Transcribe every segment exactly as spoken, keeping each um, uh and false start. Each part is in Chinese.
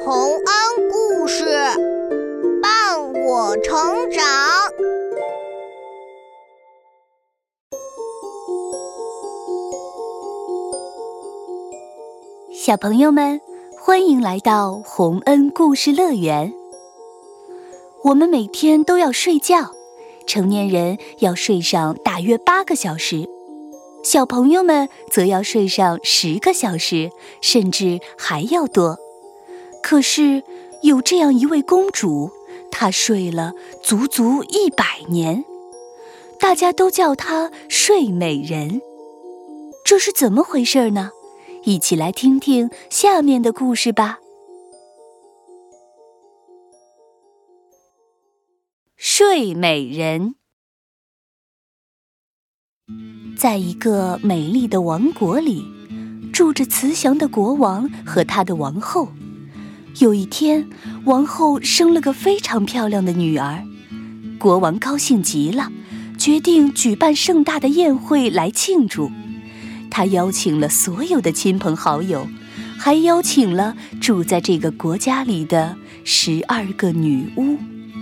洪恩故事伴我成长。 小朋友们，欢迎来到洪恩故事乐园。我们每天都要睡觉，成年人要睡上大约八个小时，小朋友们则要睡上十个小时，甚至还要多。可是有这样一位公主，她睡了足足一百年，大家都叫她睡美人。这是怎么回事呢？一起来听听下面的故事吧。睡美人。在一个美丽的王国里，住着慈祥的国王和他的王后。有一天，王后生了个非常漂亮的女儿，国王高兴极了，决定举办盛大的宴会来庆祝。他邀请了所有的亲朋好友，还邀请了住在这个国家里的十二个女巫。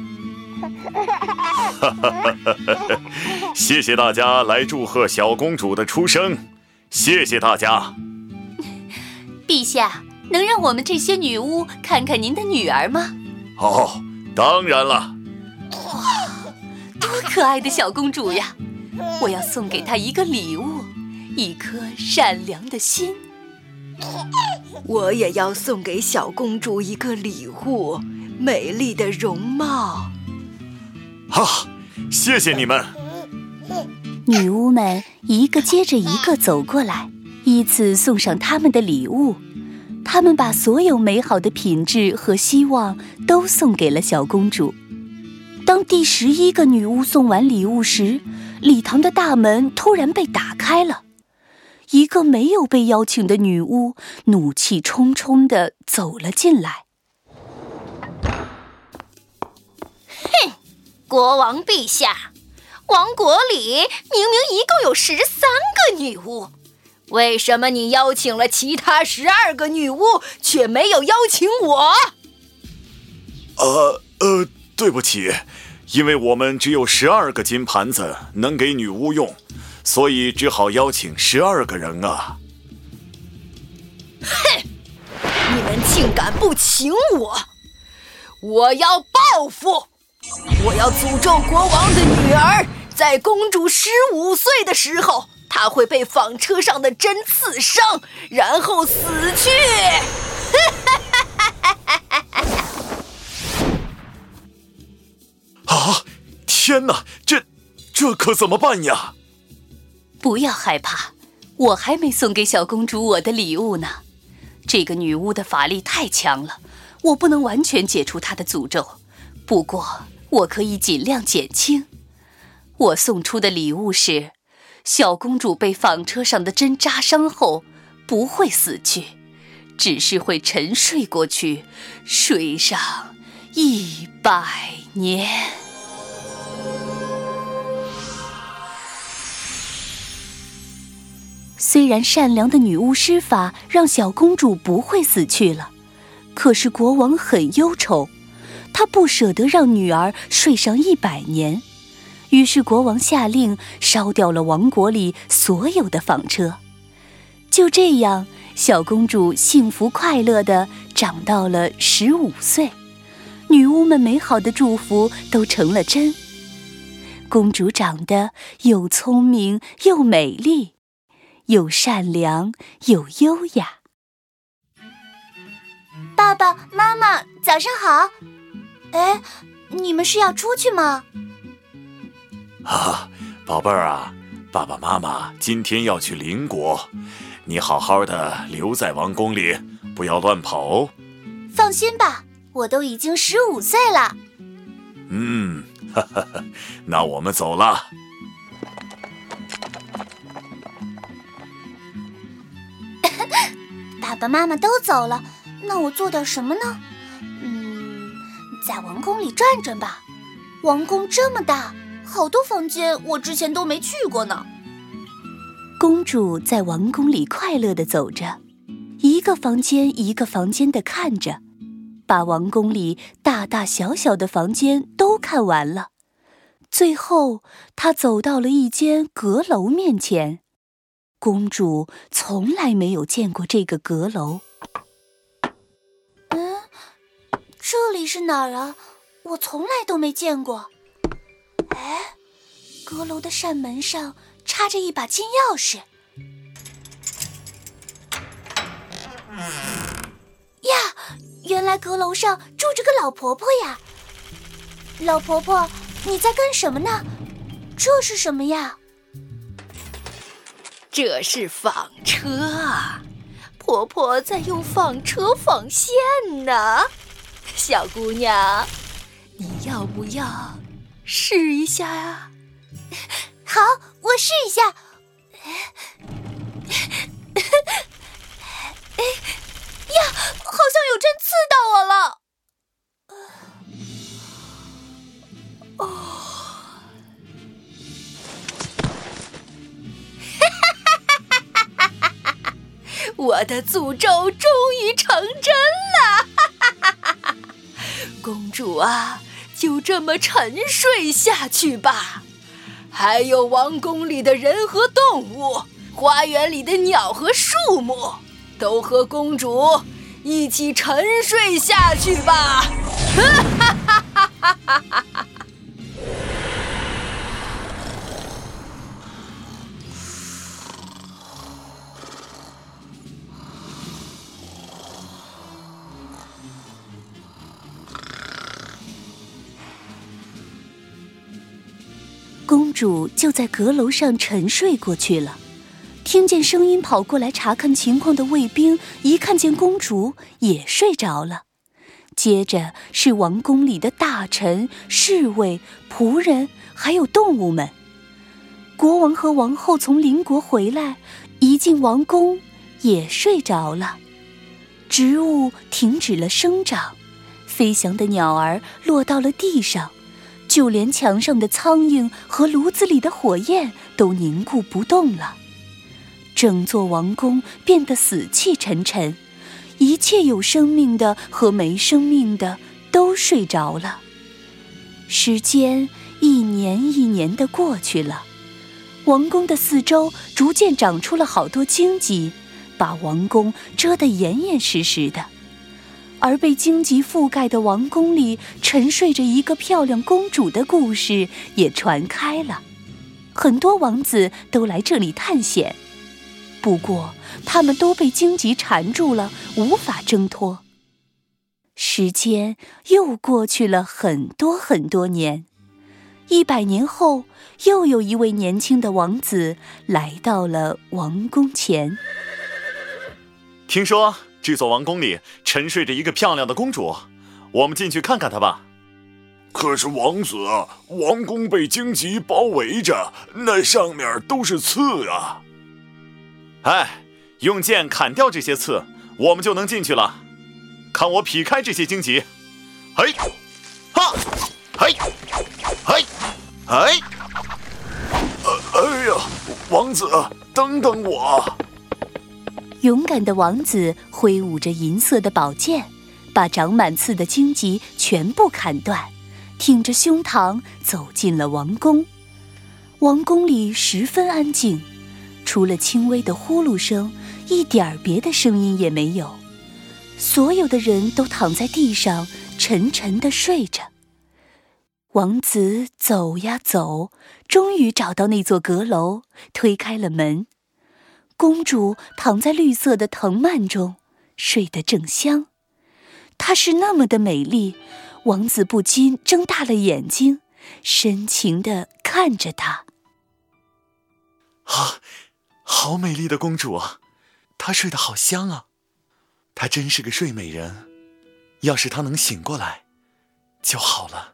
谢谢大家来祝贺小公主的出生，谢谢大家。 陛下，能让我们这些女巫看看您的女儿吗？ 哦，当然了。 哇，多可爱的小公主呀！我要送给她一个礼物，一颗善良的心。 我也要送给小公主一个礼物，美丽的容貌。 哈，谢谢你们。 女巫们一个接着一个走过来，依次送上他们的礼物。他们把所有美好的品质和希望都送给了小公主。当第十一个女巫送完礼物时，礼堂的大门突然被打开了。一个没有被邀请的女巫怒气冲冲地走了进来。 哼，国王陛下，王国里明明一共有十三个女巫，为什么你邀请了其他十二个女巫，却没有邀请我？ 呃呃，对不起，因为我们只有十二个金盘子能给女巫用，所以只好邀请十二个人啊。 哼，你们竟敢不请我！我要报复！我要诅咒国王的女儿，在公主十五岁的时候，她会被纺车上的针刺伤，然后死去。 啊！天哪，这这可怎么办呀？ 不要害怕，我还没送给小公主我的礼物呢。这个女巫的法力太强了，我不能完全解除她的诅咒，不过我可以尽量减轻。我送出的礼物是，小公主被纺车上的针扎伤后不会死去，只是会沉睡过去，睡上一百年。虽然善良的女巫施法让小公主不会死去了，可是国王很忧愁，他不舍得让女儿睡上一百年。于是国王下令烧掉了王国里所有的纺车。就这样，小公主幸福快乐地长到了十五岁，女巫们美好的祝福都成了真。公主长得又聪明又美丽，又善良又优雅。 爸爸妈妈早上好。哎，你们是要出去吗？ 啊，宝贝儿啊，爸爸妈妈今天要去邻国，你好好的留在王宫里，不要乱跑哦。 放心吧，我都已经十五岁了。 嗯，哈哈哈，那我们走了。 爸爸妈妈都走了，那我做点什么呢？嗯，在王宫里转转吧。王宫这么大，好多房间我之前都没去过呢。 公主在王宫里快乐地走着，一个房间一个房间地看着， 把王宫里大大小小的房间都看完了。最后，他走到了一间阁楼面前。公主从来没有见过这个阁楼。 嗯，这里是哪儿啊？我从来都没见过。哎，阁楼的扇门上插着一把金钥匙。呀，原来阁楼上住着个老婆婆呀！老婆婆，你在干什么呢？这是什么呀？ 这是纺车啊，婆婆在用纺车纺线呢。小姑娘，你要不要试一下啊？ 好，我试一下。呀，好像有针刺到我了。哦。 我的诅咒终于成真了！公主啊，就这么沉睡下去吧。还有王宫里的人和动物，花园里的鸟和树木，都和公主一起沉睡下去吧！ 公主就在阁楼上沉睡过去了。听见声音跑过来查看情况的卫兵一看见公主也睡着了。接着是王宫里的大臣、侍卫、仆人还有动物们。国王和王后从邻国回来，一进王宫也睡着了。植物停止了生长，飞翔的鸟儿落到了地上，就连墙上的苍蝇和炉子里的火焰都凝固不动了。整座王宫变得死气沉沉，一切有生命的和没生命的都睡着了。时间一年一年地过去了，王宫的四周逐渐长出了好多荆棘，把王宫遮得严严实实的。而被荆棘覆盖的王宫里沉睡着一个漂亮公主的故事也传开了，很多王子都来这里探险。不过他们都被荆棘缠住了，无法挣脱。时间又过去了很多很多年，一百年后，又有一位年轻的王子来到了王宫前。 听说这座王宫里沉睡着一个漂亮的公主，我们进去看看她吧。 可是王子，王宫被荆棘包围着，那上面都是刺啊！ 哎，用剑砍掉这些刺，我们就能进去了。看我劈开这些荆棘！嘿，哈，嘿，嘿，嘿！ 哎呀，王子，等等我！ 勇敢的王子挥舞着银色的宝剑，把长满刺的荆棘全部砍断，挺着胸膛走进了王宫。王宫里十分安静，除了轻微的呼噜声，一点别的声音也没有。所有的人都躺在地上沉沉地睡着。王子走呀走，终于找到那座阁楼，推开了门。公主躺在绿色的藤蔓中，睡得正香。她是那么的美丽，王子不禁睁大了眼睛，深情地看着她。 啊，好美丽的公主啊，她睡得好香啊，她真是个睡美人，要是她能醒过来就好了。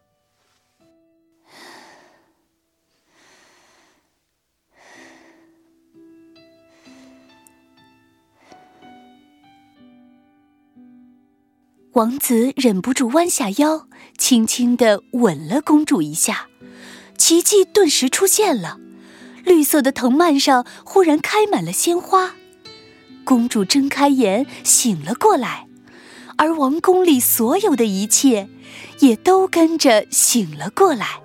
王子忍不住弯下腰，轻轻地吻了公主一下，奇迹顿时出现了。绿色的藤蔓上忽然开满了鲜花，公主睁开眼醒了过来， 而王宫里所有的一切也都跟着醒了过来。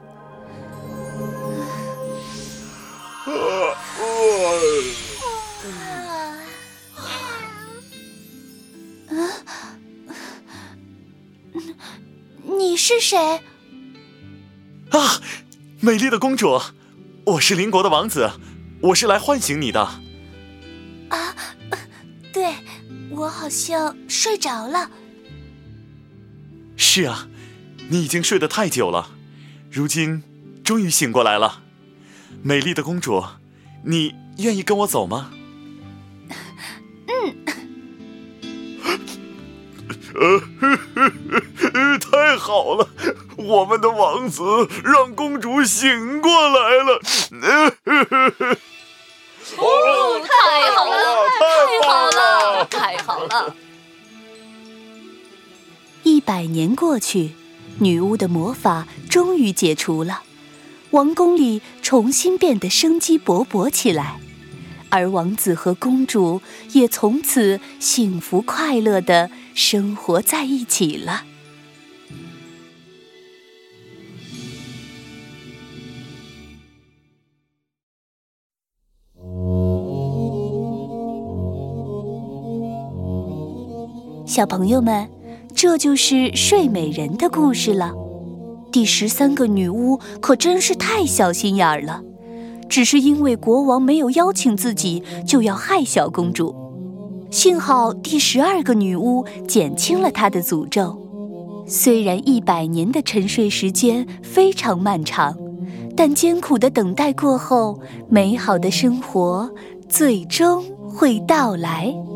你是谁？ 啊，美丽的公主，我是邻国的王子，我是来唤醒你的。 啊，对，我好像睡着了。 是啊，你已经睡得太久了，如今终于醒过来了。美丽的公主，你愿意跟我走吗？ 嗯。 太好了，我们的王子让公主醒过来了。 哦，太好了，太好了，太好了！ 一百年过去，女巫的魔法终于解除了，王宫里重新变得生机勃勃起来，而王子和公主也从此幸福快乐地生活在一起了。小朋友们，这就是睡美人的故事了。第十三个女巫可真是太小心眼儿了，只是因为国王没有邀请自己，就要害小公主。幸好第十二个女巫减轻了她的诅咒。虽然一百年的沉睡时间非常漫长，但艰苦的等待过后，美好的生活最终会到来。